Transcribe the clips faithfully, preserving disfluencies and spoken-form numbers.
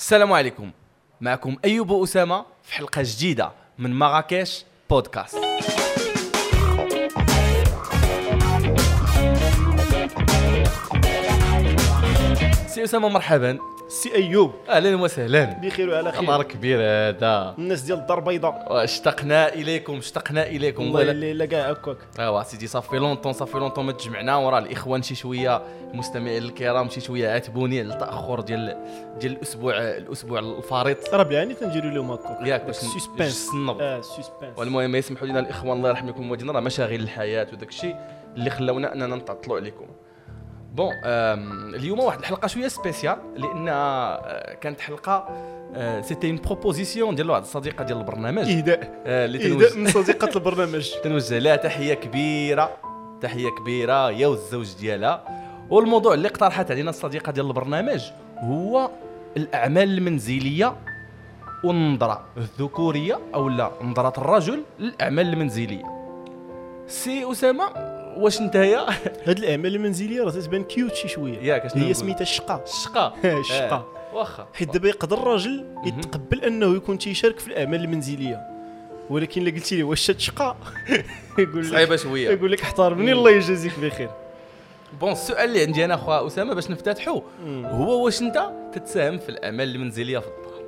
السلام عليكم، معكم أيوب أسامة في حلقة جديدة من مراكش بودكاست. سي أسامة مرحبا. سي أيوب أهلا وسهلا. بخير وعلى خير. نهار كبير هذا، الناس ديال الدار البيضاء اشتقنا إليكم اشتقنا إليكم والله الليلة كاع هكاك. ايوا سيدي صافي لونطون صافي لونطون ما تجمعنا، وراه الإخوان شي شوية المستمعين الكرام شي شوية عاتبوني على التأخر ديال ديال الأسبوع الأسبوع الفريط. راه يعني تنديروا لهم هكاك ياك باش سسبنس. نصنب. اه سسبنس. والمهم يسمحوا لنا الإخوان الله يرحم لكم والدينا، راه مشاغل الحياة وداك الشيء اللي خلاونا أننا نتعطلوا عليكم. بون اليوم واحد الحلقه شويه سبيسيال لان كانت حلقه سيتي اون بروبوزيسيون ديال واحد الصديقه ديال البرنامج، اهداء اللي اهداء من صديقه البرنامج. تنوجه لها تحيه كبيره تحيه كبيره يا والزوج ديالها. والموضوع اللي اقترحت علينا الصديقه ديال البرنامج هو الاعمال المنزليه والنظره الذكوريه او لا نظره الرجل للاعمال المنزليه. سي اسامه واش نتايا هاد الاعمال المنزليه راه تتبان كيوت شي شويه، ياك هي سميتها الشقه. الشقه الشقه آه. واخا حيت دابا يقدر الراجل يتقبل انه يكون تيشارك في الاعمال المنزليه، ولكن الا قلتي لي واش الشقه يقول لك صعيبه شويه، يقول لك احترمني الله يجازيك بخير. بون السؤال اللي عندي انا اخويا اسامه باش نفتتحوا هو واش انت تتساهم في الاعمال المنزليه في الدار؟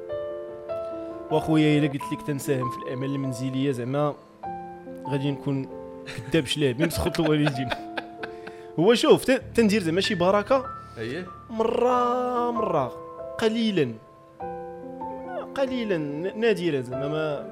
واخويا الا قلت لك تنساهم في الاعمال المنزليه زعما غادي نكون كذاب شلابي مسخوط الوالدين. هو شوف تندير زعما شي بركه اييه مره مره قليلا قليلا نادرا زعما ما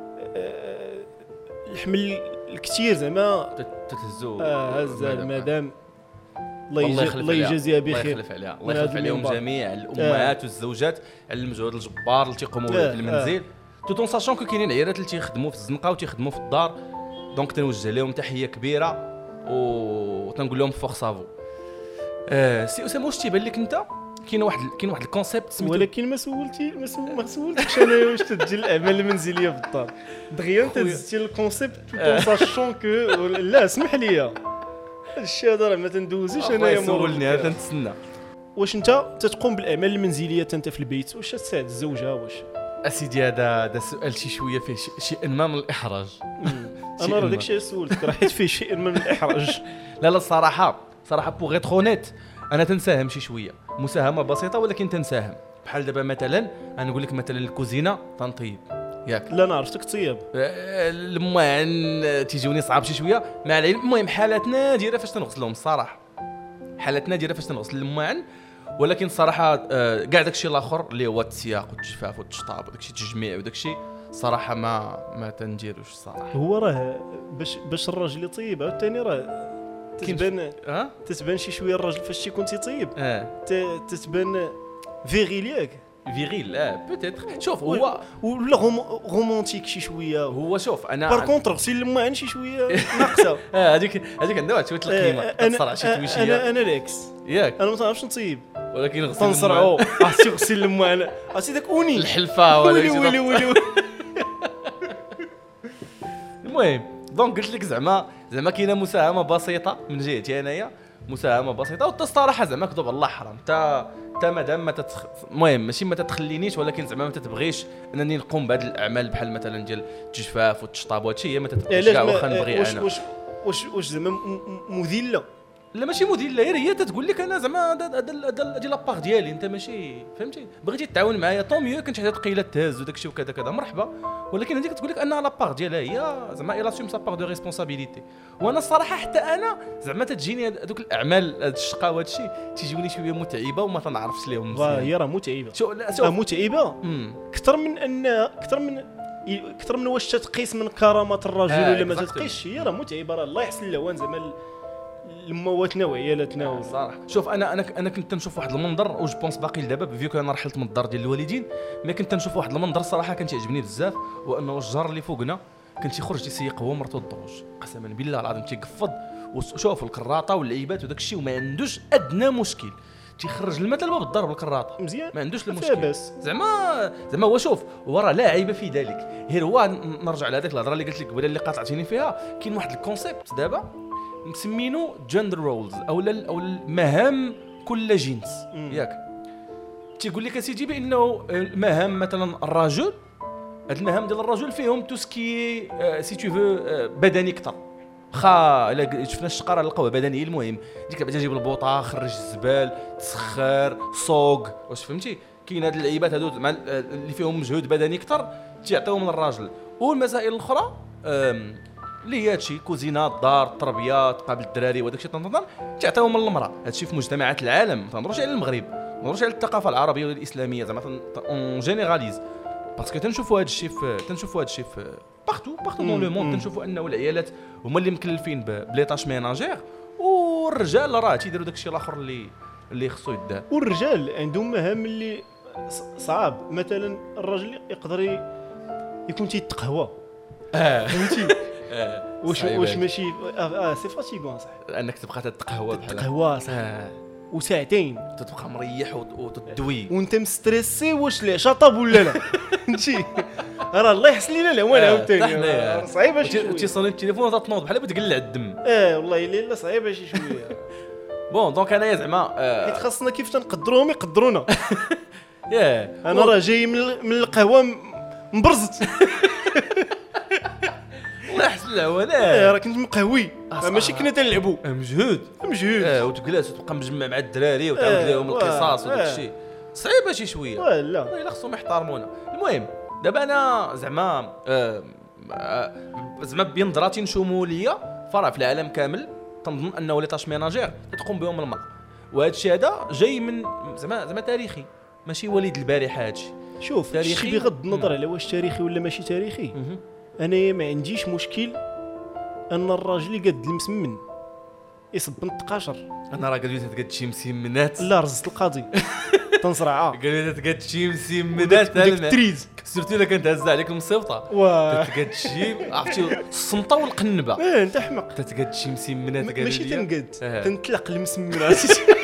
أه الحمل الكثير زعما تتهزو اه هز المدام الله يجزيها الله يجازيها بخير. الله يخلف عليها الله يخلف عليهم جميع الامهات آه. والزوجات على المجهود الجبار اللي تيقوموا به آه. في المنزل، توتون ساشون كو كاينين عيالات اللي تيخدموا في الزنقه وتيخدموا في الدار، دونك تنوجه لهم تحيه كبيره وتنقول لهم فوق صافو. آه سي اسامه واش تيبان لك انت كاين واحد كاين واحد الكونسيبت سميتو، ولكن ما سولتي ما سولتكش انا واش تدي الاعمال المنزليه في الدار دغيا انت دزتي الكونسيبت تو ساشون كو لا اسمح لي هذا الشيء هذا راه ما تندوزوش انايا سولني انا تنتسنى. واش انت تتقوم بالاعمال المنزليه انت في البيت واش تساعد الزوجه واش اسيدي؟ هذا هذا سؤال شي شويه فيه شيء انما من الاحراج. انا راه داكشي سولتك راه حيت فيه شيء من الاحراج. لا لا الصراحه صراحه بوغ ايت اونيت انا تنساهم شي شويه مساهمه بسيطه ولكن تنساهم. بحال دابا مثلا انا نقول لك مثلا الكوزينه تنطيب ياك، لا نعرفتك طيب المهم تيجوني صعاب شي شويه مع العلم. المهم حالات نادره فاش تنغسلهم الصراحه، حالات نادره فاش تنغسل الماعن، ولكن الصراحه كاع داكشي الاخر اللي هو التسياق والتجفاف والتشطاب وداكشي التجميع وداكشي صراحه ما ما تنديروش الصراحه. هو راه باش باش الراجل يطيب عاوتاني راه تتبان ها تتبان شي شويه الراجل فاش تيكون تيطيب اه تتبان فيغيل ياك فيغيل. اه بوتيتر شوف هو ولا رومانتيك شي شويه. هو شوف انا بار كونتر غسيل الماعن شي شويه ناقصه. اه هذيك هذيك عندها واحد شويه القيمه تصرع شي تويشيه. انا انا الاكس ياك انا ما تعرفش نطيب ولكن غسيل تنصرعو عرفتي غسيل الماعن عرفتي داك اوني الحلفه ولا ولي ولي ولي. المهم دونك قلت لك زعما زعما كاينه مساهمه بسيطه من جهتي انايا، مساهمه بسيطه والصراحه زعما كذب الله حرام. انت انت مادام ما تتخ... المهم ماشي ما تتخلينيش ولكن زعما ما تتبغيش انني نقوم بهذه الاعمال بحال مثلا ديال التجفاف والتشطاب وهادشي هي ما تتبغيش كاع واخا نبغي واش انا. واش واش واش زعما مذله؟ لا ماشي مذله، هي هي تتقول لك انا زعما هذا ديال لاباغ ديالي انت ماشي فهمتي، بغيتي تعاون معايا طون ميو كنت حتى تقيله تهز وداكشي وكذا كذا مرحبا، ولكن هذيك تقول لك انها لاباغ ديالها هي زعما اي لاسيوم سا باغ دو ريسبونسابيلتي. وانا الصراحه حتى انا زعما تجيني هذوك الاعمال هذا الشقا وهذا الشيء تيجوني شويه متعبه وما تنعرفش ليهم مزيان. هي راه متعبه شوف لا شوف متعبه اكثر من ان اكثر من اكثر من واش تتقيس من كرامه الرجل آه ولا ما تتقيسش. هي راه متعبه راه الله يحسن لوان زعما لمواتنا وعيالاتنا صراحه. شوف انا انا انا كنت نشوف واحد المنظر و جو بونس باقي لدابا فيو كان انا رحلت من الدار ديال الوالدين، ما كنت نشوف واحد المنظر الصراحه كان تيعجبني بزاف، وانه الجار اللي فوقنا كان تيخرج تيسيق هو مرتو الدروج قسما بالله العظيم تيقفض وشوف الكراطه واللعيبات وداك الشيء وما عندوش ادنى مشكل، تيخرج الماء الباب الدار بالكراطه مزيان ما عندوش المشكل زعما زعما هو شوف هو راه لا عيب في ذلك. غير هو نرجع لهذيك الهضره اللي قلت لك قبيله اللي قاطعتيني فيها، كاين واحد الكونسيبت دابا مسمينو جندر رولز او او المهام كل جنس ياك. تيقول لك اسيدي بانه المهام مثلا الرجل، هاد المهام ديال الرجل فيهم تو سكي سي تو فو بدني اكثر. خا الا شفنا الشقاره القوه بدنيه المهم ديك بعدا تجيب البوطه، خرج الزبال، تسخر، صوق، واش فهمتي؟ كاين هاد اللعيبات هادو اللي فيهم مجهود بدني اكثر تيعطيوهم للراجل. والمسائل الاخرى اللي هي هادشي كوزينات، دار، التربيه، تقابل الدراري وداك الشيء تنظر تعطيوهم للمراه. هادشي في مجتمعات العالم، ما تنهضروش على المغرب، ما تنهضروش على الثقافه العربيه والاسلاميه زعما اون جينيراليز، باسكو تنشوفوا هادشي في تنشوفوا هادشي في بارتو بارتو دون لو موند. تنشوفوا انه العيالات هما اللي مكلفين بليطاش ميناجير، والرجال راه تيديروا داكشي الاخر اللي اللي خصو يدار. والرجال عندهم مهام اللي صعاب. مثلا الراجل يقدر يكون تيتقهوى، اه فهمتي؟ اه واش واش ماشي اه سي فاتيغون صح انك تبقى تتقهوى بحال تقهوى صح وساعتين تتبقى مريح وتدوي وانت مستريسي. واش العشاء طاب ولا لا؟ فهمتي؟ راه الله يحسن لينا العوان عاوتاني صعيبه شي شويه. تيصوني التليفون تتنوض بحال بتقلع الدم. اه والله الا صعيبه شي شويه. بون دونك انايا زعما حيت خاصنا كيف تنقدروهم يقدرونا. ياه انا راه جاي من من القهوه مبرزت. الله يحسن العوان. اه راه كنت مقهوي ماشي كنا تنلعبوا مجهود مجهود. اه وتجلس وتبقى مجمع مع الدراري وتعاود لهم القصص وداك الشيء صعيبه شي شويه. لا الا خصهم يحترمونا. المهم دابا انا زعما زعما بنظراتي نشموليه فرع في العالم كامل تنظن انه لي طاش ميناجير تقوم بهم المراه، وهذا الشيء هذا جاي من زعما زعما تاريخي ماشي وليد البارحه. هادشي شوف تاريخي بغض النظر على واش تاريخي ولا ماشي تاريخي. انا ما عنديش مشكل ان الراجل يقد المسمن يصب التقاشر. انا راه قالوا لي تقد شي مسمنات لا رزت القاضي تنصرعها. قالوا لي تقد شي مسمنات تريز سيرتو الا كانت هازه عليك المصيفطه تقد شي عرفتي الصمطه والقنبه. اه انت حمق. تقد شي مسمنات قالوا لي ماشي تنقد آه. تنطلق المسمنات.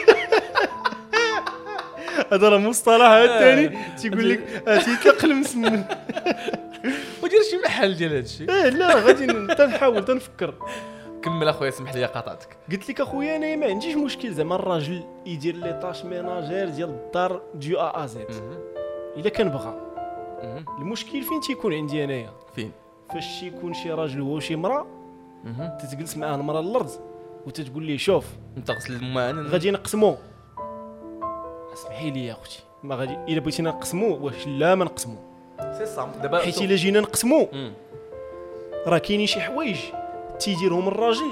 هذا راه مصطلح ثاني تيقول لك تيطلق المسمن. ودير شي محل ديال هادشي. اه لا غادي تنحاول تنفكر. كمل اخويا اسمح لي قاطعتك. قلت لك اخويا انا ما عنديش مشكل زعما الراجل يدير لي طاش ميناجير ديال الدار ديو ا ا زد الا كان بغى. المشكل فين تيكون عندي انايا؟ فين؟ فاش يكون شي راجل هو شي مراه تتجلس معاه المراه الارض وتتقول ليه شوف انت غسل الماء غادي نقسمو. اسمحي لي يا اختي ما غادي الا بغيتينا نقسمو واش لا ما نقسمو سي صام دابا حيت الا جينا نقسمو راه كاينين شي حوايج تيديرهم الراجل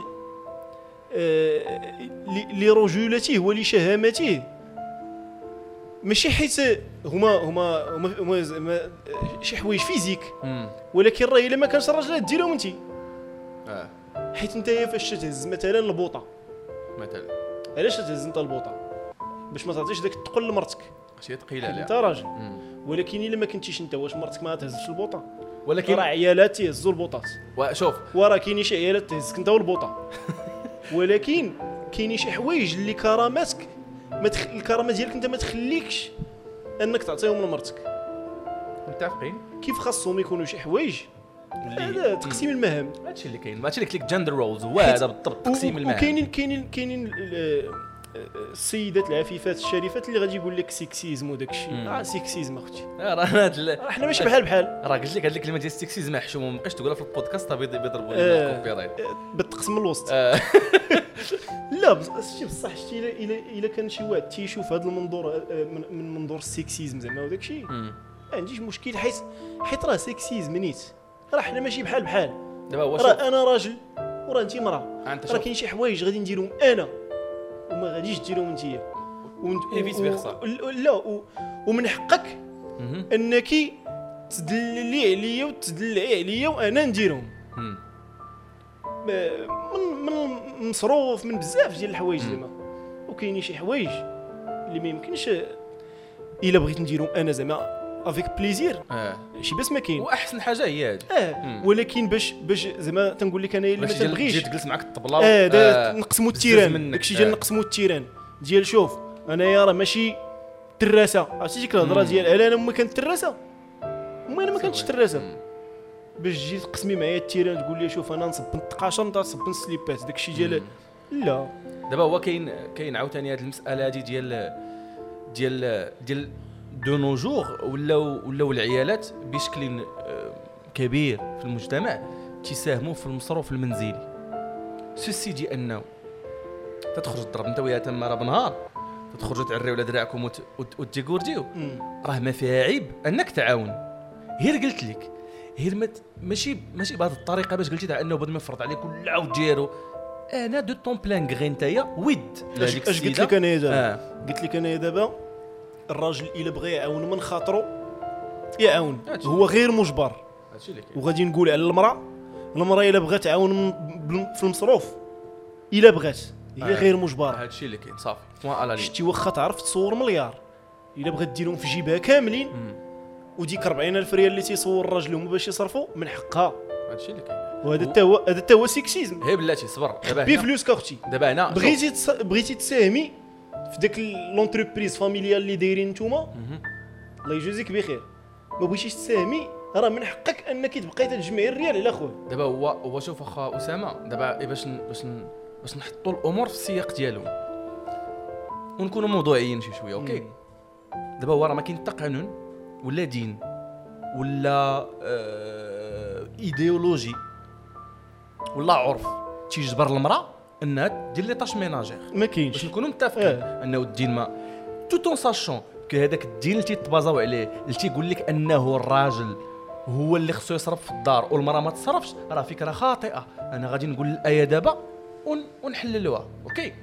آه لرجولته ولشهامته ماشي حيت هما هما هما, هما شي حوايج فيزيك ولكن راه الا ما كانش الراجل ديرهم انت. اه حيت نتايا فاش تهز مثلا البوطه مثلا علاش تهز انت البوطه؟ باش ما تعطيش داك الثقل لمرتك شي ثقيله عليها انت راجل. ولكن الا ما كنتيش انت واش مرتك ما تهزش البوطه؟ ولكن راه عيالات تيهزوا البوطات. وشوف وراه كاينين شي عيالات تهزك انت والبوطه. ولكن كاينين شي حوايج اللي كراماتك ما تخ... الكرامه ديالك انت ما تخليكش انك تعطيهم لمرتك. متفقين كيف خاصهم يكونوا شي حوايج هذا تقسيم المهام. هادشي اللي كاين ماشي اللي قلت لك جندر رولز هو هذا بالضبط تقسيم المهام. وكاينين كاينين كاينين السيدات العفيفات الشريفات اللي غادي يقول لك سيكسيزم وداك الشيء. اه سيكسيزم اختي راه هاد احنا ماشي بحال بحال. راه قلت لك هاد الكلمه ديال السيكسيزم حشومه ما بقيتش تقولها في البودكاست بيضربوا لنا الكوبي رايت بالتقسم الوسط. لا شتي بصح شتي الا الا كان شي واحد تيشوف هذا المنظور من منظور السيكسيزم زعما وداك الشيء ما عنديش مشكل حيت حيت راه سيكسيزم نيت. راه حنا ماشي بحال بحال. دابا هو راه انا راجل وراه انت مراه. راه راه كاين شي حوايج غادي نديرهم انا وما غاديش ديرهم نتيا. اي فيس فيرسا. لا ومن حقك انك تدللي عليا وتدلعي عليا وانا نديرهم. من من مصروف من بزاف ديال الحوايج زعما. وكاينين شي حوايج اللي ما يمكنش الا بغيت نديرهم انا زعما افيك بليزير. اه شي بس ما كاين. واحسن حاجه هي هذه. اه ولكن باش باش زعما تنقول لك انا اللي ما تبغيش تجي تجلس معك الطبله اه, آه نقسموا التيران داكشي ديال نقسموا التيران ديال شوف انايا راه ماشي تراسه. عرفتي ديك الهضره ديال الا انا ما كنت تراسه وما انا ما كنتش تراسه. باش تجي تقسمي معايا التيران تقول لي شوف انا نصب التقاشر انت تصب السليبات داكشي ديال لا. دابا هو كاين كاين عاوتاني هذه المساله هذه ديال ديال ديال دو نو جور ولاو ولاو العيالات بشكل آه، كبير في المجتمع تساهموا في المصروف المنزلي. سوسي دي انه تخرج تضرب انت وياها تما راه بنهار، تخرجوا تعريو على دراعكم وت- وت- وتجورديو، راه ما فيها عيب انك تعاون. هير قلت لك هير مت ماشي ماشي بهذه الطريقه باش قلتي تاع انه بد ما يفرض عليك ولا عاود ديرو. انا دو طون بلان غير نتايا ود اش اش قلت لك انا دابا؟ آه. قلت لك انا دابا الراجل الا بغى يعاون من خاطرو يعاون، هادشي. هو غير مجبر. هادشي اللي كاين. وغادي نقول على المراه، المراه الا بغات تعاون من- بال- في المصروف الا بغات هي آه. غير مجبره. هادشي اللي كاين صافي بوان على لي. شتي واخا تعرف تصور مليار، الا بغات ديرهم في جيبها كاملين وديك أربعين ألف ريال اللي تيصور الراجل هما باش يصرفوا من حقها. هادشي اللي كاين. وهذا حتى هو هذا حتى هو سيكسيزم. هي بلاتي صبر دابا بي هنا فلوسك اختي، دابا هنا بغيتي تص... بغيتي تساهمي في داك لونتربريز فاميليال اللي دايرين نتوما، الله يجازيك بخير. ما بغيتيش تساهمي راه من حقك انك تبقاي تجمعي الريال على خويا. دابا هو هو شوف اخا اسامه دابا باش ن- باش ن- باش نحطوا الامور في السياق ديالهم ونكونوا موضوعيين شي شويه. اوكي دابا هو راه ما كاين حتى قانون ولا دين ولا آه ايديولوجي ولا عرف تيجبر المراه انها دير لي طاش ميناجير. ما كاينش. باش نكونوا متفقين آه. انه الدين ما توت اون ساشون كو هذاك الدين اللي تيتبازاو عليه اللي تيقول لك انه الراجل هو اللي خصو يصرف في الدار والمراه ما تصرفش، راه فكره خاطئه. انا غادي نقول الايه دابا ون... ونحللوها. اوكي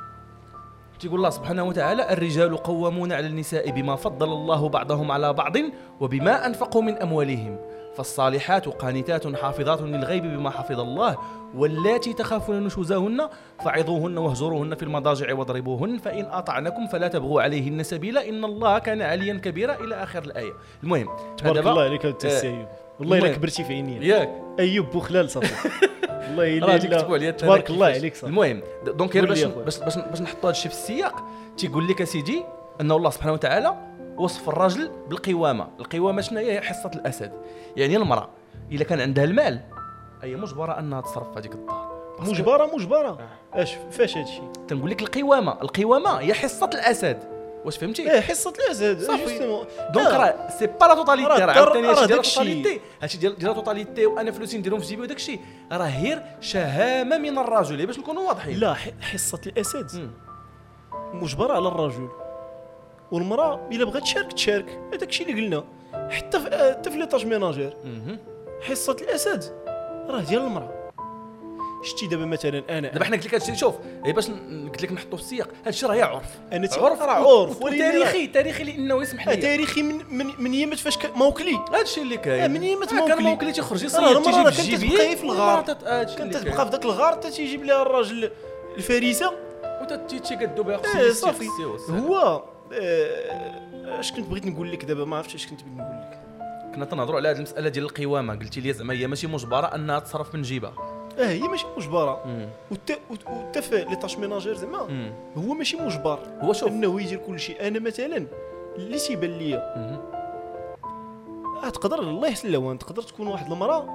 تيقول الله سبحانه وتعالى الرجال قوامون على النساء بما فضل الله بعضهم على بعض وبما انفقوا من اموالهم فالصالحات قانتات حافظات للغيب بما حفظ الله واللاتي تخافون نشوزهن فعظوهن واهجروهن في المضاجع واضربوهن فإن أطعنكم فلا تبغوا عليهن سبيلا إن الله كان عليا كبيرا إلى آخر الآية. المهم تبارك هذا الله بقى- عليك انت آه، السيد، والله الا المهم. كبرتي في عيني. ياك ايوب بوخلال صافي. والله راه الا تكتبوا عليا تبارك الله عليك صافي. المهم د- دونك غير قول لي باش يا خويا. باش باش باش نحطوا هذا الشيء في السياق تيقول لك اسيدي انه الله سبحانه وتعالى وصف الرجل بالقوامه. القوامه شنو هي؟ هي حصه الاسد. يعني المراه اذا كان عندها المال هي مجبره انها تصرف في هذيك الدار. باسكو- مجبره مجبره اش فاش هادشي؟ تنقول لك القوامه القوامه هي حصه الاسد. واش فهمتي؟ ايه حصه الاسد صافي. جوستومون. دونك راه سي با لا توتاليتي، راه راه الدار- عاوتاني راه هادشي ديال داكشي. التوتاليتي، هادشي ديال ديال التوتاليتي وانا فلوسي نديرهم في جيبي وداك الشيء راه غير شهامه من الرجل باش نكونوا واضحين. لا ح- حصه الاسد مم. مجبره على الرجل، والمراه الا بغات تشارك تشارك. هذاك الشيء اللي قلنا حتى في حتى في لي طاج ميناجير. مهم. حصه الاسد راه ديال المراه. شتي دابا مثلا انا دابا حنا قلت لك هادشي شوف هي باش ن- قلت لك نحطوا في السياق هادشي راه هي عرف انا تي- عرف راه و- عرف، و- ولكن وتاريخي تاريخي لانه يسمح آه، لي تاريخي من من من يمت فاش كان موكلي. هادشي اللي آه، كاين من يمت آه، موكلي. كان موكلي تيخرج راه يصيد المرأة تيجيب كانت الجيبيه تبقى في الغار. كانت كانت تبقى في ذاك الغار حتى تيجيب لها الراجل الفريسه. وتيقادوا بها ايه خصو صافي. هو آه، اش كنت بغيت نقول لك دابا؟ ما عرفتش اش كنت بغيت نقول لك. كنا تنهضروا على هذه المساله ديال القوامه. قلتي لي زعما هي ماشي مجبره انها تصرف من جيبها. اه هي ماشي مجبره، مم. وتا وتا في لي طاش ميناجير زعما مم. هو ماشي مجبر هو شوف انه يدير كل شيء. انا مثلا اللي تيبان ليا مهم. آه تقدر الله يحسن لوان تقدر تكون واحد المراه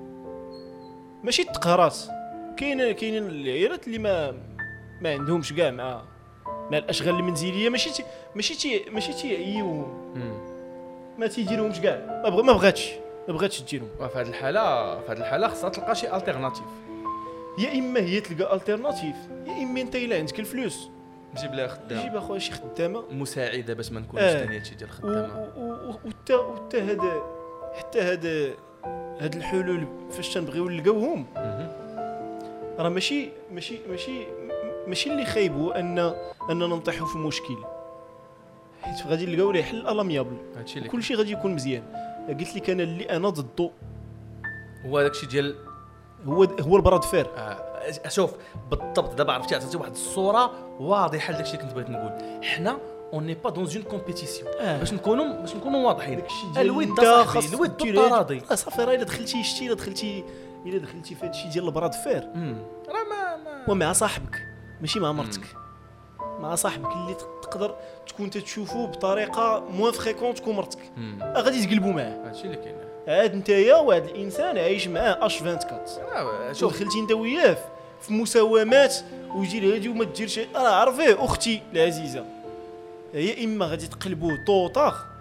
ماشي تقهرات. كاين كاينين العيالات اللي ما ما عندهمش كاع مع مع الاشغال المنزليه، ماشي تي ماشي تي ماشي تيعيو، مم. ما تيديرهمش كاع، ما بغا ما بغاتش ما بغاتش ديرهم. وفي هذه الحاله في هذه الحاله خصها تلقى شي التيرناتيف. يا اما هي تلقى التيرناتيف، يا اما انت الا عندك الفلوس نجيب لها خدام جيب اخويا شي خدامه مساعده باش ما نكونش آه. ثاني هادشي ديال و- الخدامه. و- و- وتا وتا هذا حتى هذا هاد الحلول فاش تنبغيو نلقاوهم مهم. راه ماشي ماشي ماشي ماشي اللي خايب هو ان اننا نطيحوا في مشكل، حيت غادي نلقاو ليه حل الاميابل، هادشي اللي كل شيء غادي يكون مزيان. قلت لك انا اللي انا ضده هو داكشي ديال هو هو البراد فير. آه شوف بالضبط دابا عرفتي عطيتي واحد الصوره واضحه لداكشي اللي كنت بغيت نقول. حنا اون ني با دون اون كومبيتيسيون آه. باش نكونوا باش نكونوا واضحين. داكشي ديال الود انت صاحبي خاص الود دير التراضي. هاد- آه صافي راه الا دخلتي شتي الا دخلتي الا دخلتي في هادشي ديال البراد فير امم راه ما ما ومع صاحبك ماشي مع مرتك، مع صاحبك اللي تقدر تكون تتشوفو بطريقه موان فريكونت كو مرتك، مم. آه غادي تقلبوا معاه. هادشي اللي كاين. عاد نتايا واحد الانسان عايش معاه اش أربعة وعشرين، آه، شوف شوف دخلتي انت وياه في مساومات ويجي هادي وما ديرش، راه عرفيه اختي العزيزه، يا اما غادي تقلبوه طوطاخ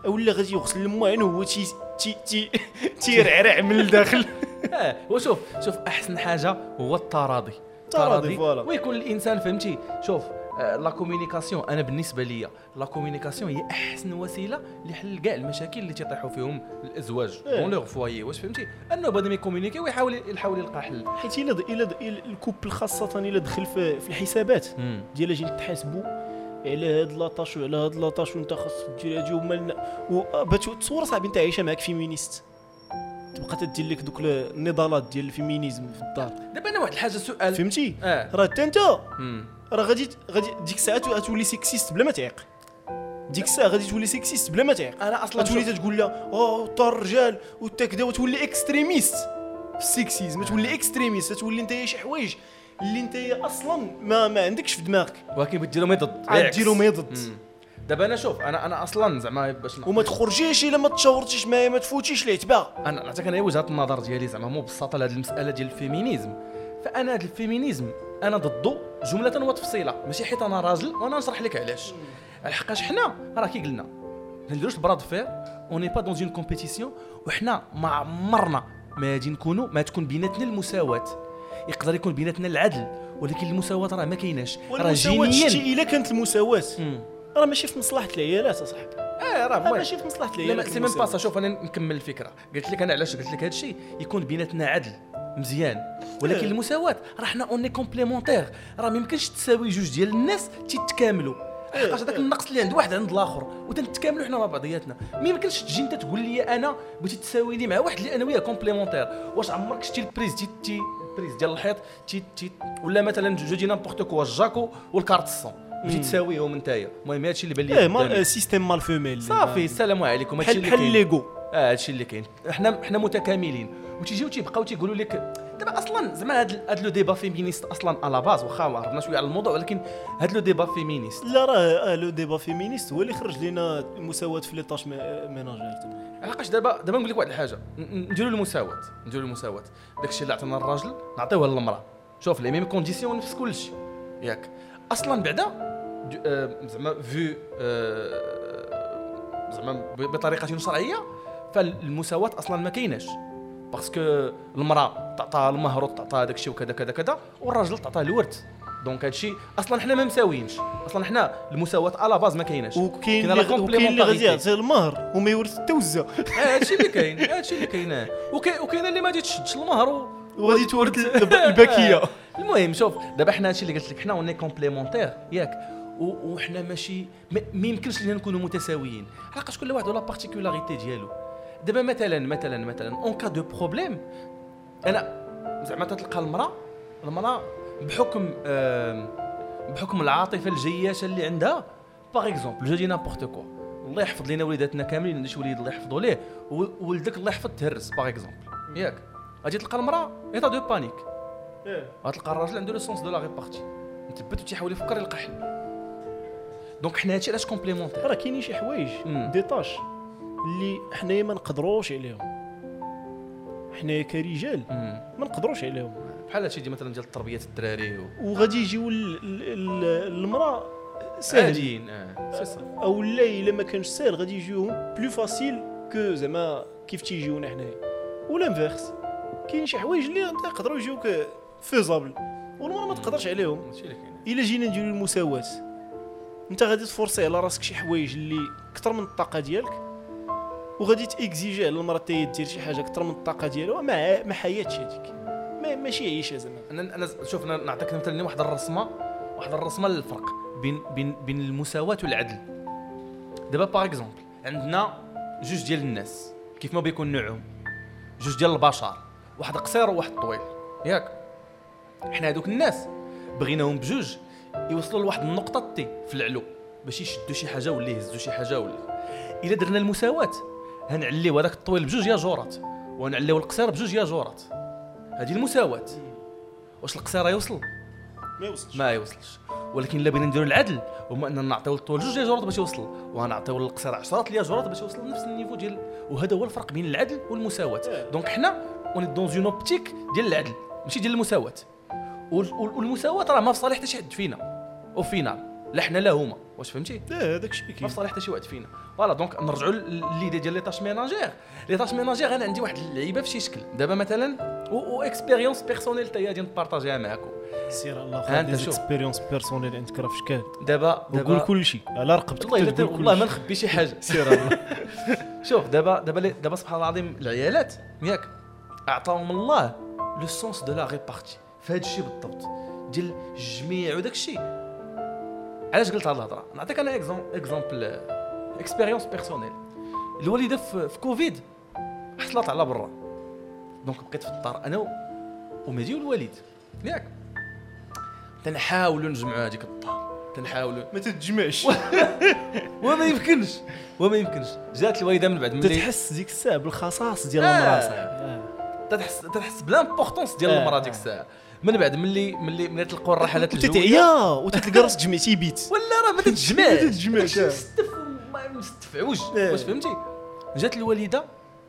ولا غادي يغسل الماء هو تي تي تي تيرعرع من الداخل. اه وشوف شوف احسن حاجه هو التراضي. التراضي فوالا. ويكون الانسان فهمتي. شوف آه لا كومونيكاسيون انا بالنسبه ليا لا كومونيكاسيون هي احسن وسيله لحل كاع المشاكل اللي تيطيحوا فيهم الازواج دون لوغ فوايي. واش فهمتي انه بدا ما يكومونيكي ويحاول يحاول يلقى حل. حيت الا الا الكوبل خاصه الا دخل في, في الحسابات ديال اجي نتحاسبوا على هاد لاطاش وعلى هاد لاطاش وانت خاصك دير هادي ومالنا وبات تصور صاحبي انت عايشه معاك فيمينيست تبقى تدير لك دوك النضالات ديال الفيمينيزم في الدار. دابا انا واحد الحاجه سؤال فهمتي آه. راه حتى انت راه غادي غادي ديك الساعه تولي سيكسيست بلا ما تعيق. ديك الساعه غادي تولي سيكسيست بلا ما تعيق. انا اصلا تولي تقول لها اه تا الرجال وتا كذا وتولي اكستريميست في السيكسيزم. تولي اكستريميست تولي انت شي حوايج اللي انت اصلا ما ما عندكش في دماغك ولكن بتديرهم ضد ديرهم ضد. دابا انا شوف انا انا اصلا زعما باش وما تخرجيش الا ما تشاورتيش معايا ما تفوتيش العتبه. انا نعطيك انا وجهه النظر ديالي زعما مو ببساطه لهاد المساله ديال الفيمينيزم. فانا هاد الفيمينيزم انا ضده جمله وتفصيله ماشي حيت انا راجل وانا نشرح لك علاش. لحقاش حنا راه كي قلنا ما نديروش براد فير اوني با دون اون كومبيتيسيون وحنا ما عمرنا ما غادي نكونوا ما تكون بيناتنا المساواه. يقدر يكون بيناتنا العدل ولكن المساواه راه ما كايناش. راه جينيا الا كانت المساواه راه ماشي في مصلحه العيالات اصاحبي. اه راه ماشي في مصلحه العيالات. لا سي ميم با. شوف انا نكمل الفكره. قلت لك انا علاش قلت لك هذا الشيء يكون بيناتنا عدل مزيان ولكن المساواه راه حنا اوني كومبليمونتير. راه ما يمكنش تساوي جوج ديال الناس تيتكاملوا حقاش داك النقص اللي عند واحد عند الاخر وتنتكاملوا حنا مع بعضياتنا. ما يمكنش تجي انت تقول لي انا بغيتي تساويني مع واحد اللي انا وياه كومبليمونتير. واش عمرك شتي البريز تي تي البريز ديال الحيط تي تي ولا مثلا جو دي نامبورط كوا الجاكو والكارتسون بغيتي تساويهم نتايا. المهم هادشي اللي بان لي ايه سيستيم مال فيميل صافي السلام عليكم. هادشي اللي كاين بحال ليغو. اه هادشي اللي كاين. حنا حنا متكاملين وتيجيو تيبقاو تيقولوا لك دابا اصلا زعما هاد هاد لو ديبا فيمينيست اصلا على باز واخا هربنا شويه على الموضوع ولكن هاد لو ديبا فيمينيست لا راه لو ديبا فيمينيست هو اللي خرج لنا المساواه في لي طاش ميناجير. علاش دابا دابا نقول لك واحد الحاجه نديروا المساواه نديروا المساواه داكشي اللي عطانا الراجل نعطيوه للمراه. شوف لي ميم كونديسيون في كلشي ياك اصلا بعدا زعما فيو زعما بطريقه شرعيه فالمساواه اصلا ما كايناش باسكو المراه تعطى المهر وتعطى داكشي وكذا كذا كذا والراجل تعطى الورث. دونك هادشي اصلا حنا ما مساويينش. اصلا حنا المساواه على باز ما كايناش. وكاين اللي غادي يعطي المهر وما يورث حتى وزه. هادشي اللي كاين هادشي اللي كاين وكاين اللي ما غادي تشدش المهر وغادي تورث الباكيه. المهم شوف دابا حنا هادشي اللي قلت لك حنا اوني كومبليمونتير ياك وحنا ماشي ما يمكنش لينا نكونوا متساويين علاش كل واحد ولا بارتيكولاريتي ديالو. دابا مثلا مثلا مثلا اون كا دو بروبليم انا زعما تلقى المراه المراه بحكم آه بحكم العاطفه الجياشه اللي عندها باغ اكزومبل جو دي نامبورط كوا الله يحفظ لينا وليداتنا كاملين عندنا شي وليد الله يحفظوا ليه ولدك الله يحفظ تهرس باغ اكزومبل ياك غادي تلقى المراه ايطا دو بانيك غتلقى الراجل عنده لو سونس دو لا ريبارتي مثبت وتيحاول يفكر يلقى حل. دونك حنا هادشي علاش كومبليمونتير. راه كاينين شي حوايج دي طاش اللي حنايا ما نقدروش عليهم حنايا كرجال ما نقدروش عليهم بحال هادشي ديال مثلا ديال تربيه الدراري و... وغادي يجيو المراه ساهلين اه سي سا او لا الا ما كانش ساهل غادي يجيوهم بلو فاسيل كو زعما كيف تيجيونا حنايا ولا انفيرس. كاين شي حوايج اللي يقدروا يجيوك فيزابل والمراه ما تقدرش عليهم. الا جينا نديروا المساواه انت غادي تفورسي على راسك شي حوايج اللي اكثر من الطاقه ديالك وغادي تاكزيجي على المراه حتى هي دير شي حاجه اكثر من الطاقه ديالها ما ما حياتش هذيك ما ماشي عيشه زعما. انا انا شوف نعطيك مثلا واحد الرسمه واحد الرسمه للفرق بين بين بين المساواه والعدل. دابا باغ اكزومبل عندنا جوج ديال الناس كيف ما بيكون نوعهم جوج ديال البشر واحد قصير وواحد طويل ياك. حنا هذوك الناس بغيناهم بجوج يوصلوا لواحد النقطه تي في العلو باش يشدوا شي حاجه ولا يهزوا شي حاجه ولا. الا درنا المساواه هنعليو هذاك الطويل بجوج يا جورات ونعليو القصير بجوج يا جورات. هذه المساواه. واش القصير يوصل؟ ما يوصلش ما يوصلش. ولكن الا بغينا نديروا العدل هما اننا نعطيو الطويل جوج يا جورات باش يوصل وغنعطيو للقصير عشرة يا جورات باش يوصل لنفس النيفو ديال. وهذا هو الفرق بين العدل والمساواه. دونك حنا اوني دون اون اوبتيك ديال العدل ماشي ديال المساواه. والمساواه راه ما في صالح حتى شي حد فينا او فينال لا حنا لا هما، واش فهمتي؟ لا هذاك الشيء ما كاين. في صالح حتى شي واحد فينا. فوالا دونك نرجعوا لليدي ديال لي طاش ميناجير. لي طاش ميناجير انا عندي واحد اللعيبه في شي شكل دابا مثلا و اكسبيريونس بيرسونيل حتى هي غادي نبارطاجيها معكم. سير الله ها أنت خا شوف. اكسبيريونس بيرسونيل عندك راه فاش كان دابا وقول دابا كل شيء على رقبتك والله تقول الا كل والله ما شيء. نخبي شي حاجه. سير الله. شوف دابا دابا لي- دابا سبحان الله العظيم العيالات ياك اعطاهم الله لو سونس دو لا ريبارتي في هذا الشيء بالضبط ديال الجميع وداك الشيء. علاش قلت هاد الهضره؟ نعطيك انا اكزومبل اكسبيريونس بيرسونيل. الوالده في, في كوفيد حصلت على برا، دونك بقيت في الدار انا و- ومهدي والوالد ياك، تنحاولوا نجمعوا هذيك الدار، تنحاولوا ما تتجمعش. وما يمكنش وما يمكنش. جات الوالده من بعد ملي تتحس ديك الساعه بالخصاص ديال آه. المراه صاحبي. تتحس تتحس بالامبورطونس ديال آه. المراه ديك الساعه. من بعد ملي ملي ملي تلقاو الرحلات الجويه وتتعيا وتتلقى راسك جمعتي بيت. ولا راه ما تتجمعش ما تتجمعش. داكشي مستف ما مستفعوش. آه. واش فهمتي؟ جات الوالده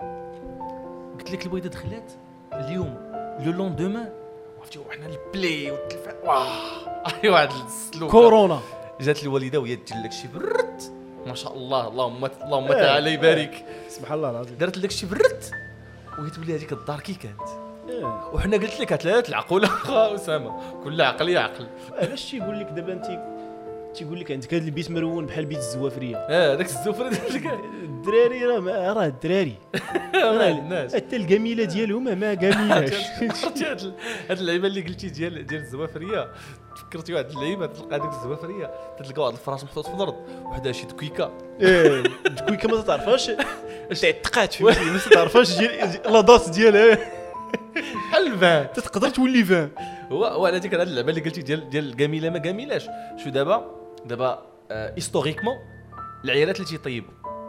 قلت لك الوالده دخلات اليوم لو لوندومان عرفتي وحنا البلاي والتلفاز واه اي واحد السلوك كورونا. جات الوالده وهي دير لك شي برد ما شاء الله اللهم اللهم آه. تعالى يبارك. سبحان الله العظيم. دارت لك شي برد وهي تولي هذيك الدار كي كانت. آه. وحنا قلت لك ثلاث العقوله خا اسامه كل عقل عقل. علاش تيقول لك دابا انت تيقول لك عندك هذا البيت مرون بحال بيت الزوافريه. اه داك الزفر ديال كاع الدراري راه ما- راه الدراري ما الناس حتى الجميله ديالهم ما جميلاش. عرفتي هاد هاد اللعيبه اللي قلتي ديال ديال الزوافريه فكرتي واحد اللعيبه تلقى هذيك الزوافريه تلقى واحد الفراش محطوط في الارض وحده شي دكويكه ايه الكويكه ما تعرفهاش تعتقات فهمتي ما تعرفهاش ديال لاضاس ديالها بحال الفان. تقدر تولي فان. هو هو على ديك هاد اللعبه اللي قلتي ديال ديال الجميله ما جميلاش. شو دابا دابا هيستوريكمون العيالات اللي تيطيبوا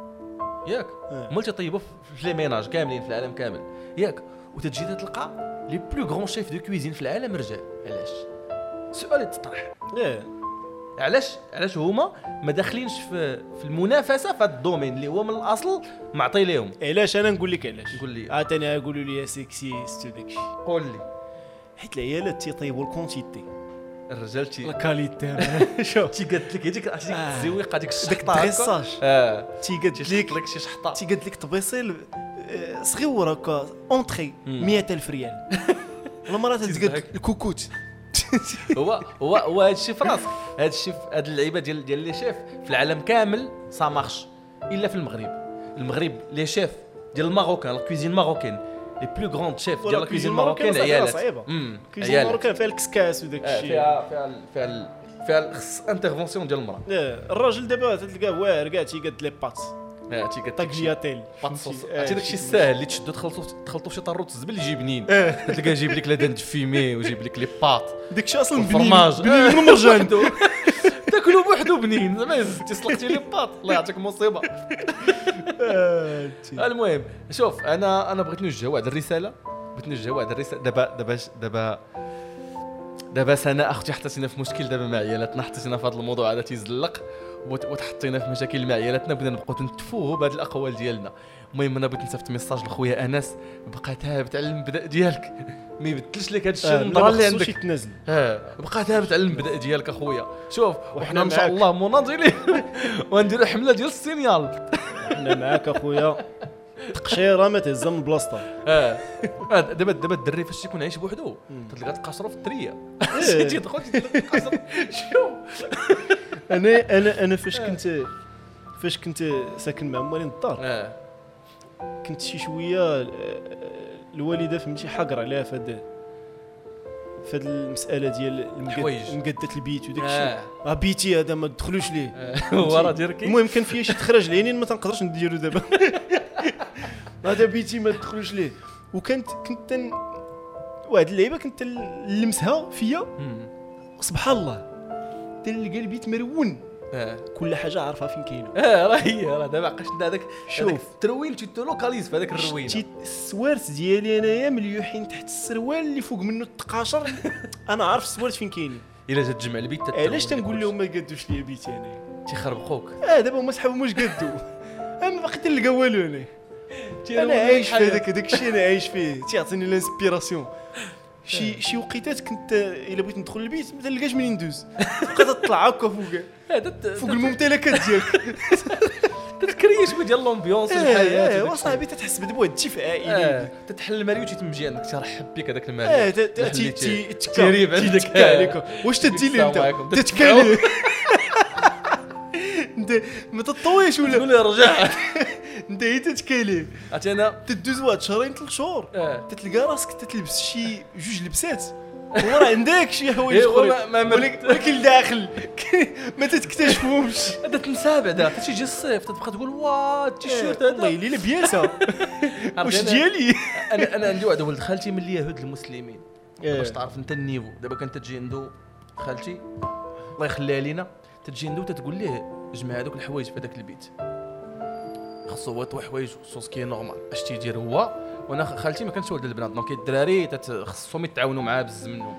ياك آه. هما اللي تيطيبوا في لي ميناج كاملين في العالم كامل ياك وتجي تلقى لي بلو غران شيف دو كويزين في العالم رجال. علاش؟ سؤال يتطرح ايه علاش علاش هما ما داخلينش في في المنافسه في هذا الدومين اللي هو من الاصل معطي لهم. علاش انا نقول لك علاش قول لي عاوتاني يقولوا لي سيكسيست وداكشي قول لي حيت العيالات تيطيبوا الكونتيتي الرجال تي لا كاليتي. شوف تي قالت لك هذيك هذيك آه. الزويقه ديك داك الشحطه هكا. الدريساج اه تيقاد تيشط لك لك شي شحطه تيقاد لك طبيصيل آه، صغيور هكا اونتري مم. مئة ألف ريال. المرات تقاد تزهق. الكوكوت. هو هو هو هذا الشيء في راسك. هذا الشيء هذه اللعيبه ديال ديال لي شيف في العالم كامل سا مارش الا في المغرب. المغرب لي شيف ديال الماروكان الكويزين ماروكان لي بلو غروند شيف ديال الكويزين الماروكان عيالات. صعيبه امم كويزين الماروكان فيها الكسكاس وداك آه، الشيء. فيها فيها ال- فيها ال- فيها خص انترفونسيون ديال المراه. لا الراجل دابا تلقاه واعر كاع تيقاد لي بات اه تي قالت طاكلياتيل بات صوص عرفتي داكشي الساهل اللي تشدو تخلطو تخلطو في شي طروط الزبل يجي بنين. اه تلقاه يجيب لك لا دند فيمي ويجيب لك لي بات داكشي اصلا بنين والفرماج بنين من المرجان. بوحدو. تاكلو بوحدو بنين زعما تسلقتي لي بات الله يعطيك مصيبه. آه، تي. المهم شوف انا انا بغيت نوجه واحد الرساله بغيت نوجه واحد الرساله دابا دابا دابا دابا سنه اختي حطيتينا في مشكل دابا مع عيالاتنا حطيتينا في هذا الموضوع هذا تيزلق وت- وتحطينا في مشاكل مع عيالاتنا بغينا نبقاو تنتفوه بهذه الاقوال ديالنا. المهم انا بغيت نصيفط ميساج لخويا انس بقى ثابت على المبدا ديالك ما يبدلش لك هذا الشيء آه، النظره اللي لا عندك. عندك يتنازل. اه بقى ثابت على المبدا ديالك اخويا. شوف وحنا ان شاء معاك. الله مناضلين ونديروا حمله ديال السينيال. احنا معاك اخويا تقشيره ما تهز من بلاصتها. اه آه، دابا دابا الدري فاش يكون عايش بوحدو تلقى تقاشرو في الدريه. إيه. تيدخل تقاشر شوف انا انا انا فاش كنت فاش كنت ساكن مع موالين الدار اه كنت شي شويه آه، الوالده فهمتي حقر عليها في هاد في هاد المساله ديال الحوايج. مقادة البيت وداك آه. الشيء. اه بيتي هذا ما تدخلوش ليه. آه، هو راه ديركي المهم كان فيا شي تخرج العينين ما تنقدرش نديرو دابا. هذا بيتي ما تدخلوش ليه. وكانت كنت تن... واحد اللعيبه كنت نلمسها فيا مم. سبحان الله تلقى البيت مرون اه كل حاجه عارفها فين كاينه. اه راه هي راه دابا عقلت هذاك شوف. هذاك التروين تيتلوكاليز في هذاك الروين. شتي السوارت ديالي انايا مليوحين تحت السروال اللي فوق منه التقاشر. انا عارف السوارت فين كاينين. الا جات تجمع البيت تتروين علاش تنقول لك لهم ما قادوش ليا بيتي انايا. تيخربقوك. اه دابا هما صحابهم واش قادو. اما باقي تلقى والو انا. تيروي انا عايش في الحياة. هذاك داك الشيء انا عايش فيه تيعطيني الانسبيراسيون. شي شي وقيتات كنت الا بغيت ندخل للبيت ما تلقاش منين ندوز تبقى تطلع هكا فوق هذا فوق الممتلكات ديالك تتكري شويه ديال لومبيونس الحياه. اه وصاحبي تتحس بدبوه الدفء عائلي. تتحل الماريو تيتمجي عندك تيرحب بك هذاك الماريو. اه تيريب عندك عليك. واش تدير انت تتكالي انت ما تطويش ولا تقول لي رجع انت هي تتكالي. عرفتي انا تدوز واحد شهرين ثلاث شهور تتلقى راسك تتلبس شي جوج لبسات ورا عندك شي حوايج اخرين ولكن داخل ما تتكتشفهمش. هذا تنسى بعدا تيجي الصيف تتبقى تقول واه التيشيرت هذا والله الا بياسه واش ديالي. انا انا عندي واحد ولد خالتي من اليهود المسلمين باش تعرف انت النيفو. دابا كانت تجي عنده خالتي الله يخليها لينا تجي عنده تتقول ليه جمع هذوك الحوايج في هذاك البيت خاصو هو طوي حوايج صوص كي نورمال اش تيدير هو. وانا خالتي ما كانش ولد البنات دونك الدراري خصهم يتعاونوا معاه بزز منهم.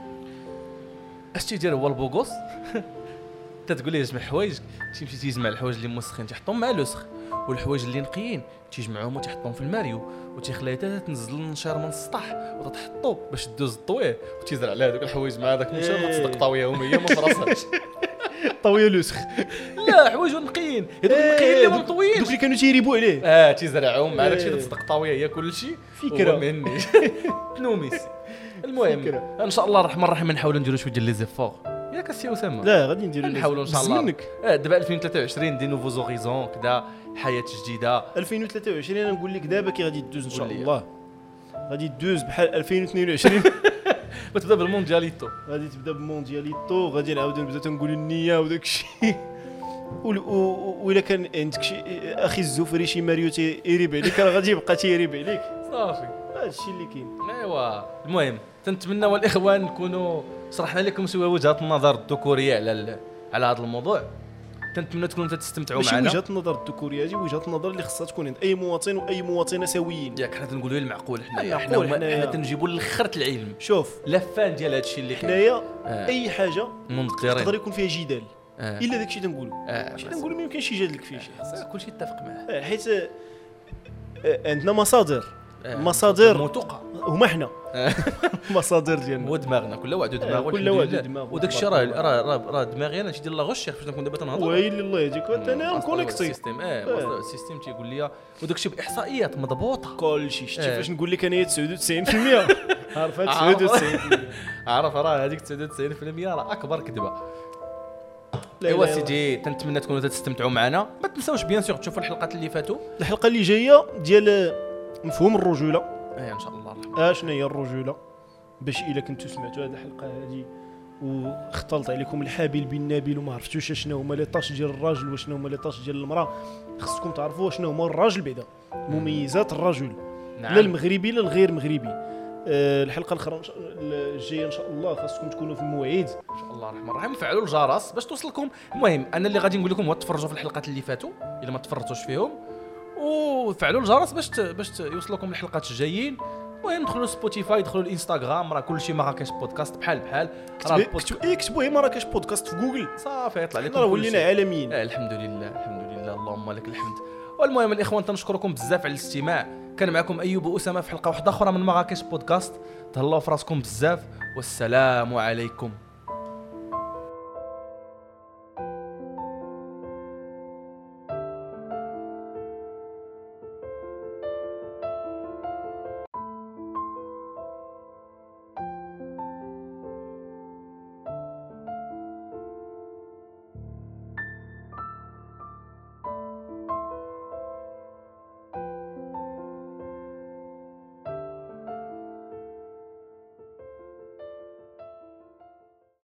اش تيدير هو البوغوس تتقول ليه جمع حوايج تيمشي تيجمع الحوايج اللي موسخين تيحطهم مع لوسخ والحوايج اللي نقيين تيجمعهم وتيحطهم في الماريو وتيخليها حتى تنزل النشار من السطح وتحطو باش دوز الطويه وتيزرع على هذوك الحوايج مع هذاك النشار وتصدق طاويهم هي ما فراسهاش طاويه لوسخ. لا حوايج نقيين هذوك النقيين اللي مطويين دوك اللي كانوا تيريبوا عليه اه تيزرعهم مع داكشي تصدق طاويه هي كلشي فكره مني تنوميس. المهم ان شاء الله الرحمن الرحيم نحاولوا نديروا شويه ديال لي زيفور ياك السي اسامه. لا غادي نديروا نحاولوا ان شاء الله منك. اه دابا ألفين وثلاثة وعشرين دي نوفو زوريزون كذا حياه جديده. ألفين وثلاثة وعشرين انا نقول لك دابا كي غادي تدوز ان شاء الله غادي تدوز بحال ألفين واثنين وعشرين وتبدا بالموندياليتو غادي تبدا بالموندياليتو غادي نعاودو نبدا تنقولوا النيه وداك الشيء. وإلا كان عندك شي اخي الزفري شي ماريو تيريب عليك راه غادي يبقى تيريب عليك صافي. هذا الشيء اللي كاين. ايوا المهم تنتمنى والاخوان نكونوا شرحنا لكم شويه وجهات النظر الذكوريه على على هذا الموضوع. تنتمنى تكونوا تستمتعوا معنا. ماشي وجهات النظر الذكوريه هذه وجهات النظر اللي خصها تكون عند اي مواطن واي مواطنه سويين. ياك حنا تنقولوا المعقول حنايا حنا حنا تنجيبوا لخرت العلم. شوف لفان ديال هذا الشيء اللي كاين حنايا آه. اي حاجه منذرين يقدر يكون فيها جدال آه. الا داكشي تنقولوا آه. ماشي تنقولوا ما يمكنش يجادلك فيه شي آه. كلشي يتفق معاه آه. حيت آه. عندنا مصادر آه. مصادر موثوقه هما حنا مصادر ديالنا هو دماغنا كل واحد ودماغه كل واحد ودماغه وداك الشيء راه راه راه دماغي انا شي ديال لا غوش فاش نكون دابا تنهضر ويلي الله يهديك انا كونيكتي السيستم اه السيستم تيقول لي وداك الشيء باحصائيات مضبوطه كلشي شتي فاش نقول لك انايا تسعة وتسعين بالمية عارفه تسعة وتسعين بالمية عارف راه هذيك تسعة وتسعين بالمية راه اكبر كذبه. ايوا سيدي تنتمنى تكونوا تستمتعوا معنا. ما تنساوش بيان سور تشوفوا الحلقات اللي فاتوا. الحلقه اللي جايه ديال مفهوم الرجوله اي ان شاء الله الرحمن. اه شنو هي الرجوله باش الا كنتو سمعتوا هذه الحلقه هذه واختلط عليكم الحابل بالنابل وما عرفتوش شنو هما لي طاش ديال الراجل وشنو هما لي طاش ديال المراه خصكم تعرفوا شنو هما الراجل بعدا مميزات الرجل. نعم. لا المغربي لا الغير مغربي. أه الحلقه الاخرى الجايه ان شاء الله خاصكم تكونوا في المواعيد ان شاء الله الرحمن الرحيم. فعلوا الجرس باش توصلكم. المهم انا اللي غادي نقول لكم هو تفرجوا في الحلقات اللي فاتوا الا ما تفرجتوش فيهم وفعلوا الجرس باش باش يوصلكم الحلقات الجايين. المهم دخلوا سبوتيفاي دخلوا الانستغرام راه كلشي مراكش بودكاست بحال بحال راه كتبوا اكتبوا هي مراكش بودكاست في جوجل صافي يطلع لكم راه ولينا عالميين. آه الحمد لله الحمد لله اللهم لك الحمد. والمهم الاخوان تنشكركم بزاف على الاستماع. كان معكم ايوب اسامه في حلقه واحده اخرى من مراكش بودكاست. تهلاو في راسكم بزاف والسلام عليكم.